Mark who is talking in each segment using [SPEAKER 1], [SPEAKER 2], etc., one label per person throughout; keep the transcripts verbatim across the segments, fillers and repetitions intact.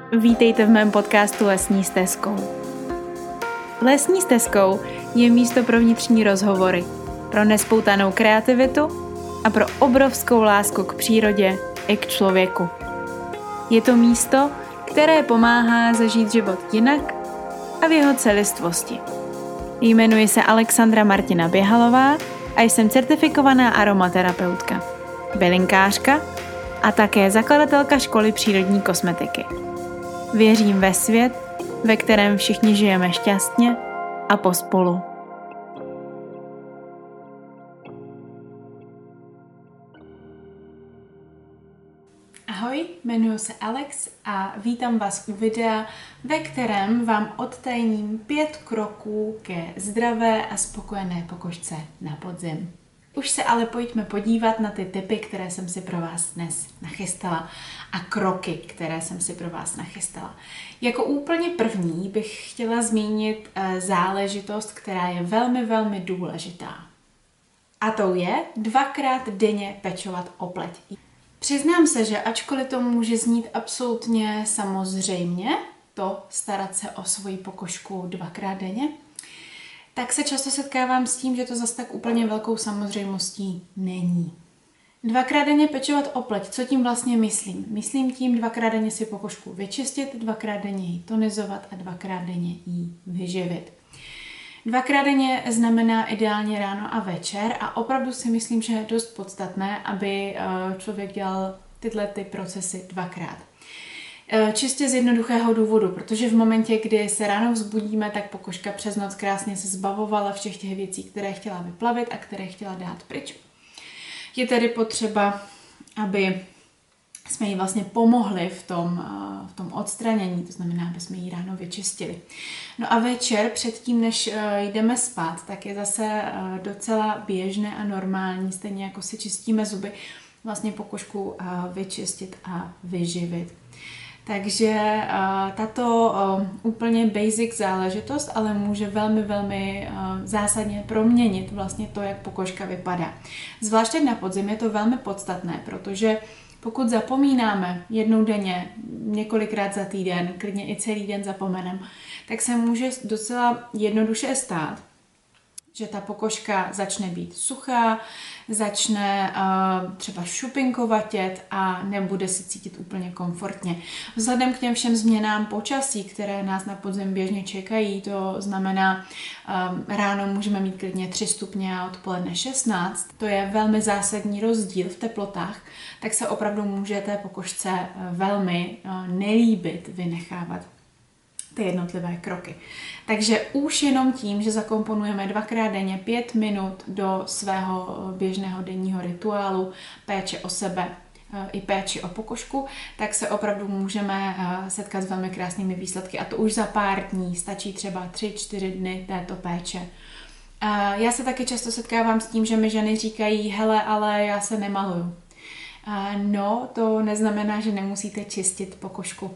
[SPEAKER 1] Vítejte v mém podcastu Lesní stezkou. Lesní stezkou je místo pro vnitřní rozhovory, pro nespoutanou kreativitu a pro obrovskou lásku k přírodě i k člověku. Je to místo, které pomáhá zažít život jinak a v jeho celistvosti. Jmenuji se Alexandra Martina Běhalová a jsem certifikovaná aromaterapeutka, bylinkářka a také zakladatelka školy přírodní kosmetiky. Věřím ve svět, ve kterém všichni žijeme šťastně a pospolu. Ahoj, jmenuji se Alex a vítám vás u videa, ve kterém vám odtajním pět kroků ke zdravé a spokojené pokožce na podzim. Už se ale pojďme podívat na ty tipy, které jsem si pro vás dnes nachystala a kroky, které jsem si pro vás nachystala. Jako úplně první bych chtěla zmínit záležitost, která je velmi, velmi důležitá. A to je dvakrát denně pečovat o pleť. Přiznám se, že ačkoliv to může znít absolutně samozřejmě, to starat se o svoji pokožku dvakrát denně, tak se často setkávám s tím, že to zase tak úplně velkou samozřejmostí není. Dvakrát denně pečovat o pleť, co tím vlastně myslím? Myslím tím dvakrát denně si pokožku vyčistit, dvakrát denně ji tonizovat a dvakrát denně ji vyživit. Dvakrát denně znamená ideálně ráno a večer a opravdu si myslím, že je dost podstatné, aby člověk dělal tyhle ty procesy dvakrát. Čistě z jednoduchého důvodu, protože v momentě, kdy se ráno vzbudíme, tak pokožka přes noc krásně se zbavovala všech těch věcí, které chtěla vyplavit a které chtěla dát pryč. Je tedy potřeba, aby jsme jí vlastně pomohli v tom, v tom odstranění, to znamená, aby jsme ji ráno vyčistili. No a večer, předtím, než jdeme spát, tak je zase docela běžné a normální, stejně jako si čistíme zuby, vlastně pokožku vyčistit a vyživit. Takže uh, tato uh, úplně basic záležitost ale může velmi, velmi uh, zásadně proměnit vlastně to, jak pokožka vypadá. Zvláště na podzim je to velmi podstatné, protože pokud zapomínáme jednou denně, několikrát za týden, klidně i celý den zapomeneme, tak se může docela jednoduše stát, že ta pokožka začne být suchá, začne uh, třeba šupinkovatět a nebude se cítit úplně komfortně. Vzhledem k těm všem změnám počasí, které nás na podzim běžně čekají, to znamená um, ráno můžeme mít klidně tři stupně a odpoledne šestnáct, to je velmi zásadní rozdíl v teplotách, tak se opravdu může té pokožce velmi uh, nelíbit vynechávat ty jednotlivé kroky. Takže už jenom tím, že zakomponujeme dvakrát denně pět minut do svého běžného denního rituálu péče o sebe i péči o pokožku, tak se opravdu můžeme setkat s velmi krásnými výsledky a to už za pár dní, stačí třeba tři čtyři dny této péče. Já se taky často setkávám s tím, že mi ženy říkají, hele, ale já se nemaluju. No, to neznamená, že nemusíte čistit pokožku.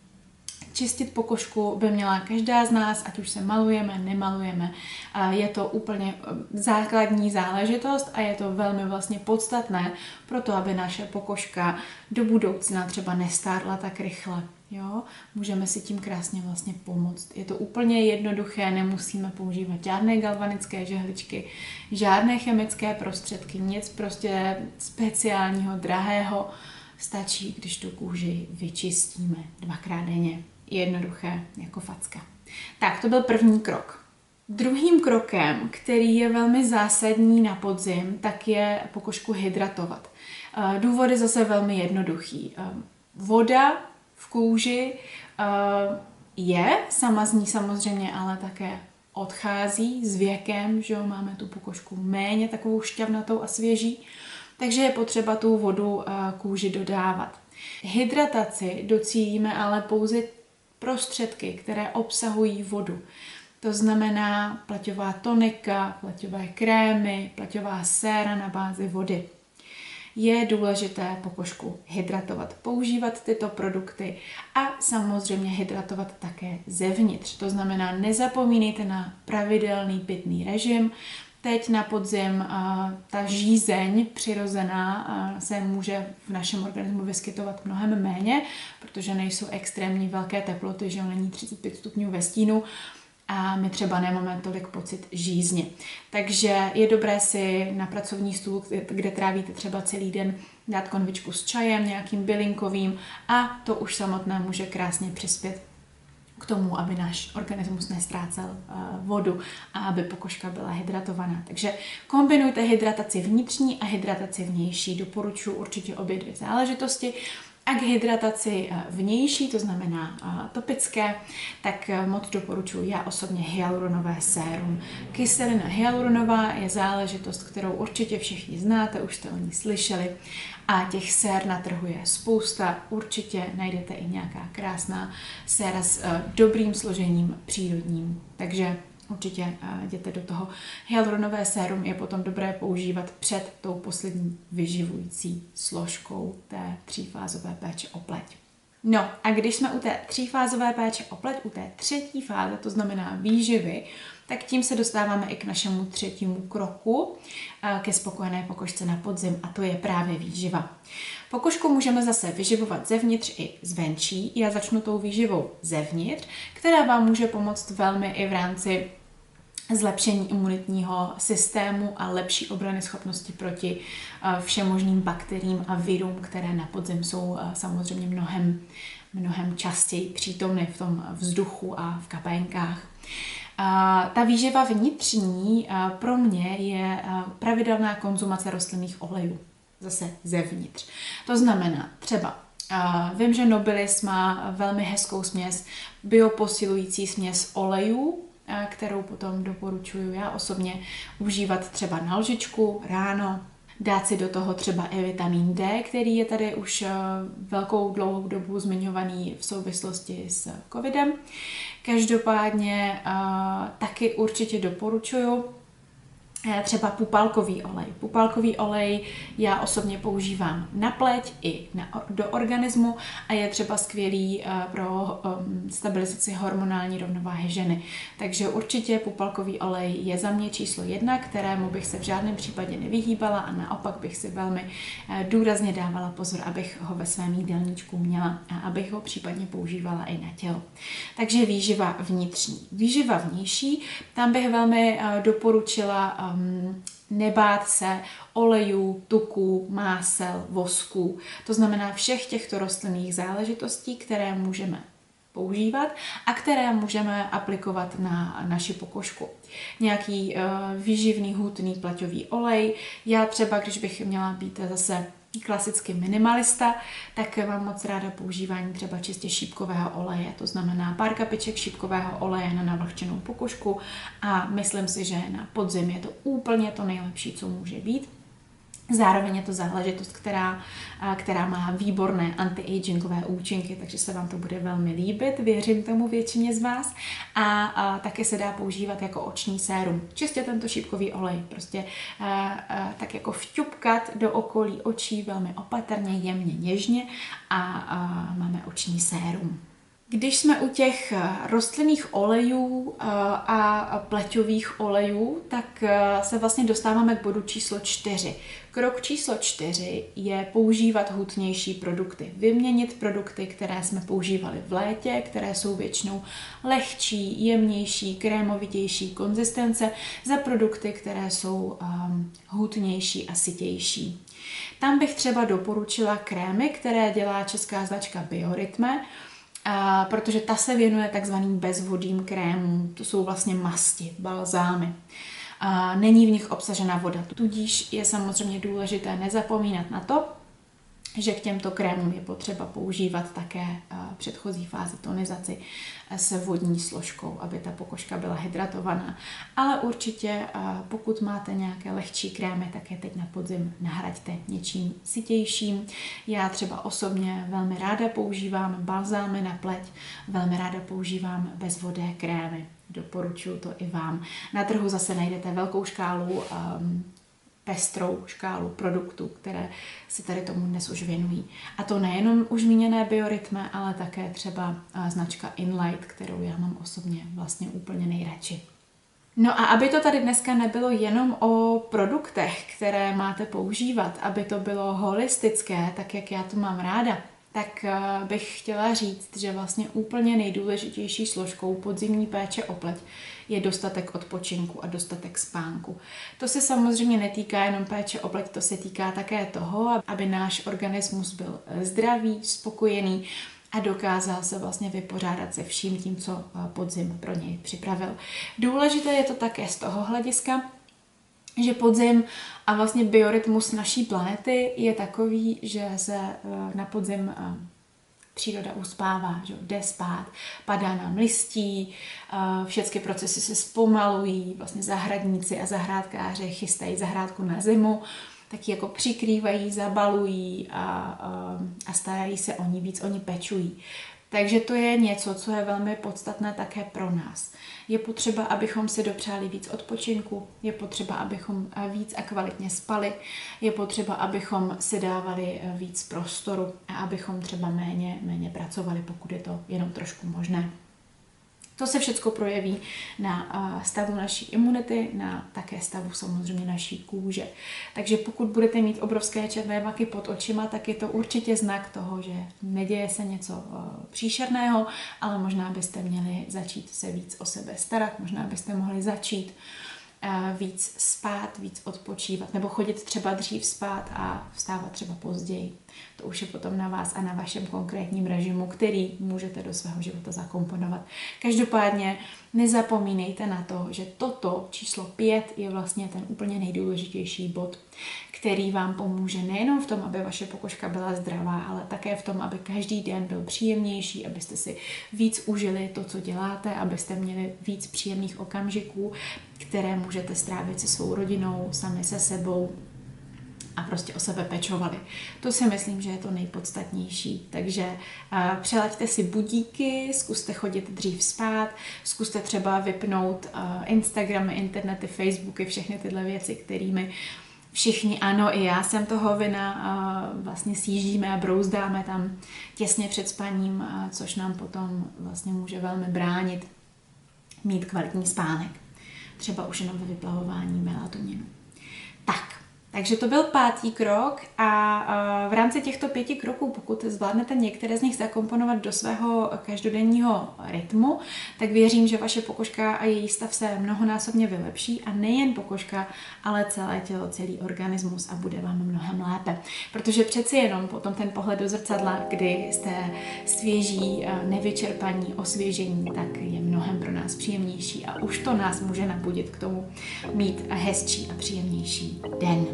[SPEAKER 1] Čistit pokožku by měla každá z nás, ať už se malujeme, nemalujeme. Je to úplně základní záležitost a je to velmi vlastně podstatné pro to, aby naše pokožka do budoucna třeba nestárla tak rychle. Jo? Můžeme si tím krásně vlastně pomoct. Je to úplně jednoduché, nemusíme používat žádné galvanické žehličky, žádné chemické prostředky, nic prostě speciálního, drahého. Stačí, když tu kůži vyčistíme dvakrát denně. Jednoduché jako facka. Tak, to byl první krok. Druhým krokem, který je velmi zásadní na podzim, tak je pokožku hydratovat. Důvod je zase velmi jednoduchý. Voda v kůži je, sama z ní samozřejmě, ale také odchází s věkem, že jo, máme tu pokožku méně takovou šťavnatou a svěží, takže je potřeba tu vodu kůži dodávat. Hydrataci docílíme ale pouze prostředky, které obsahují vodu. To znamená pleťová tonika, pleťové krémy, pleťová séra na bázi vody. Je důležité pokožku hydratovat, používat tyto produkty a samozřejmě hydratovat také zevnitř. To znamená, nezapomínejte na pravidelný pitný režim Teď na podzim ta žízeň přirozená se může v našem organismu vyskytovat mnohem méně, protože nejsou extrémní velké teploty, že není třicet pět stupňů ve stínu a my třeba nemáme tolik pocit žízně. Takže je dobré si na pracovní stůl, kde trávíte třeba celý den, dát konvičku s čajem, nějakým bylinkovým a to už samotné může krásně přispět k tomu, aby náš organismus nestrácel uh, vodu a aby pokožka byla hydratovaná. Takže kombinujte hydrataci vnitřní a hydrataci vnější. Doporučuji určitě obě dvě záležitosti. A k hydrataci vnější, to znamená topické, tak moc doporučuji já osobně hyaluronové sérum. Kyselina hyaluronová je záležitost, kterou určitě všichni znáte, už jste o ní slyšeli. A těch sér na trhu je spousta, určitě najdete i nějaká krásná séra s dobrým složením přírodním. Takže určitě jděte do toho. Hyaluronové sérum je potom dobré používat před tou poslední vyživující složkou té třífázové péče o pleť. No a když jsme u té třífázové péče o pleť, u té třetí fáze, to znamená výživy, tak tím se dostáváme i k našemu třetímu kroku, ke spokojené pokožce na podzim, a to je právě výživa. Pokožku můžeme zase vyživovat zevnitř i zvenčí. Já začnu tou výživou zevnitř, která vám může pomoct velmi i v rámci zlepšení imunitního systému a lepší obrany schopnosti proti všemožným bakteriím a virům, které na podzim jsou samozřejmě mnohem, mnohem častěji přítomny v tom vzduchu a v kapénkách. Ta výživa vnitřní pro mě je pravidelná konzumace rostlinných olejů, zase zevnitř. To znamená třeba, vím, že Nobilis má velmi hezkou směs, bioposilující směs olejů, kterou potom doporučuji já osobně užívat třeba na lžičku ráno, dát si do toho třeba i vitamin D, který je tady už velkou dlouhou dobu zmiňovaný v souvislosti s covidem. Každopádně taky určitě doporučuji třeba pupálkový olej. Pupálkový olej já osobně používám na pleť i na, do organismu a je třeba skvělý pro um, stabilizaci hormonální rovnováhy ženy. Takže určitě pupálkový olej je za mě číslo jedna, kterému bych se v žádném případě nevyhýbala a naopak bych si velmi důrazně dávala pozor, abych ho ve svém jídelníčku měla a abych ho případně používala i na tělo. Takže výživa vnitřní. Výživa vnější, tam bych velmi doporučila um, nebát se olejů, tuků, másel, vosků. To znamená všech těchto rostlinných záležitostí, které můžeme používat a které můžeme aplikovat na naši pokožku. Nějaký uh, výživný, hutný pleťový olej. Já třeba, když bych měla být zase klasicky minimalista, tak mám moc ráda používání třeba čistě šípkového oleje. To znamená pár kapiček šípkového oleje na navlhčenou pokožku a myslím si, že na podzim je to úplně to nejlepší, co může být. Zároveň je to záležitost, která, která má výborné anti-agingové účinky, takže se vám to bude velmi líbit, věřím tomu většině z vás. A, a taky se dá používat jako oční sérum. Čistě tento šípkový olej, prostě a, a, tak jako vťupkat do okolí očí velmi opatrně, jemně, něžně a, a máme oční sérum. Když jsme u těch rostlinných olejů a pleťových olejů, tak se vlastně dostáváme k bodu číslo čtyři. Krok číslo čtyři je používat hutnější produkty. Vyměnit produkty, které jsme používali v létě, které jsou většinou lehčí, jemnější, krémovitější konzistence, za produkty, které jsou um, hutnější a sytější. Tam bych třeba doporučila krémy, které dělá česká značka Biorytme, A, protože ta se věnuje takzvaným bezvodným krémům, to jsou vlastně masti, balzámy. A není v nich obsažena voda, tudíž je samozřejmě důležité nezapomínat na to, že k těmto krémům je potřeba používat také předchozí fázi tonizaci s vodní složkou, aby ta pokožka byla hydratovaná. Ale určitě, pokud máte nějaké lehčí krémy, tak je teď na podzim nahraďte něčím sytějším. Já třeba osobně velmi ráda používám balzámy na pleť, velmi ráda používám bezvodné krémy. Doporučuji to i vám. Na trhu zase najdete velkou škálu um, pestrou škálu produktů, které se tady tomu dnes už věnují. A to nejenom už zmíněné Biorytme, ale také třeba značka Inlight, kterou já mám osobně vlastně úplně nejradši. No a aby to tady dneska nebylo jenom o produktech, které máte používat, aby to bylo holistické, tak jak já to mám ráda, tak bych chtěla říct, že vlastně úplně nejdůležitější složkou podzimní péče o pleť je dostatek odpočinku a dostatek spánku. To se samozřejmě netýká jenom péče o pleť, to se týká také toho, aby náš organismus byl zdravý, spokojený a dokázal se vlastně vypořádat se vším tím, co podzim pro něj připravil. Důležité je to také z toho hlediska, že podzim a vlastně biorytmus naší planety je takový, že se na podzim příroda uspává, že jde spát, padá nám listí, všechny procesy se zpomalují, vlastně zahradníci a zahrádkáři chystají zahrádku na zimu, tak ji jako přikrývají, zabalují a, a, a starají se o ní víc, oni pečují. Takže to je něco, co je velmi podstatné také pro nás. Je potřeba, abychom si dopřáli víc odpočinku, je potřeba, abychom víc a kvalitně spali, je potřeba, abychom si dávali víc prostoru a abychom třeba méně, méně pracovali, pokud je to jenom trošku možné. To se všechno projeví na stavu naší imunity, na také stavu samozřejmě naší kůže. Takže pokud budete mít obrovské černé vaky pod očima, tak je to určitě znak toho, že neděje se něco příšerného, ale možná byste měli začít se víc o sebe starat, možná byste mohli začít víc spát, víc odpočívat, nebo chodit třeba dřív spát a vstávat třeba později. To už je potom na vás a na vašem konkrétním režimu, který můžete do svého života zakomponovat. Každopádně nezapomínejte na to, že toto číslo pět je vlastně ten úplně nejdůležitější bod, který vám pomůže nejenom v tom, aby vaše pokožka byla zdravá, ale také v tom, aby každý den byl příjemnější, abyste si víc užili to, co děláte, abyste měli víc příjemných okamžiků, které můžete strávit se svou rodinou, sami se sebou a prostě o sebe pečovali. To si myslím, že je to nejpodstatnější. Takže uh, přelaďte si budíky, zkuste chodit dřív spát, zkuste třeba vypnout uh, Instagramy, internety, Facebooky, všechny tyhle věci, kterými všichni, ano, i já jsem toho vina, uh, vlastně sjíždíme a brouzdáme tam těsně před spaním, uh, což nám potom vlastně může velmi bránit mít kvalitní spánek. Třeba už jenom ve vyplavování melatoninu. Tak. Takže to byl pátý krok a v rámci těchto pěti kroků, pokud zvládnete některé z nich zakomponovat do svého každodenního rytmu, tak věřím, že vaše pokožka a její stav se mnohonásobně vylepší a nejen pokožka, ale celé tělo, celý organismus a bude vám mnohem lépe. Protože přeci jenom potom ten pohled do zrcadla, kdy jste svěží, nevyčerpaní, osvěžení, tak je mnohem pro nás příjemnější a už to nás může nabudit k tomu mít hezčí a příjemnější den.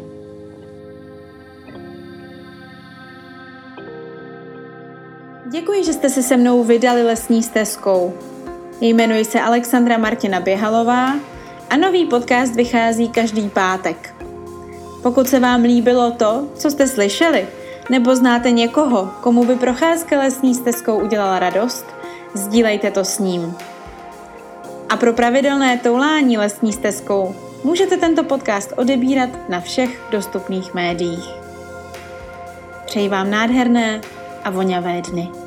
[SPEAKER 2] Děkuji, že jste se se mnou vydali lesní stezkou. Jmenuji se Alexandra Martina Běhalová a nový podcast vychází každý pátek. Pokud se vám líbilo to, co jste slyšeli, nebo znáte někoho, komu by procházka lesní stezkou udělala radost, sdílejte to s ním. A pro pravidelné toulání lesní stezkou můžete tento podcast odebírat na všech dostupných médiích. Přeji vám nádherné a voňavé dny.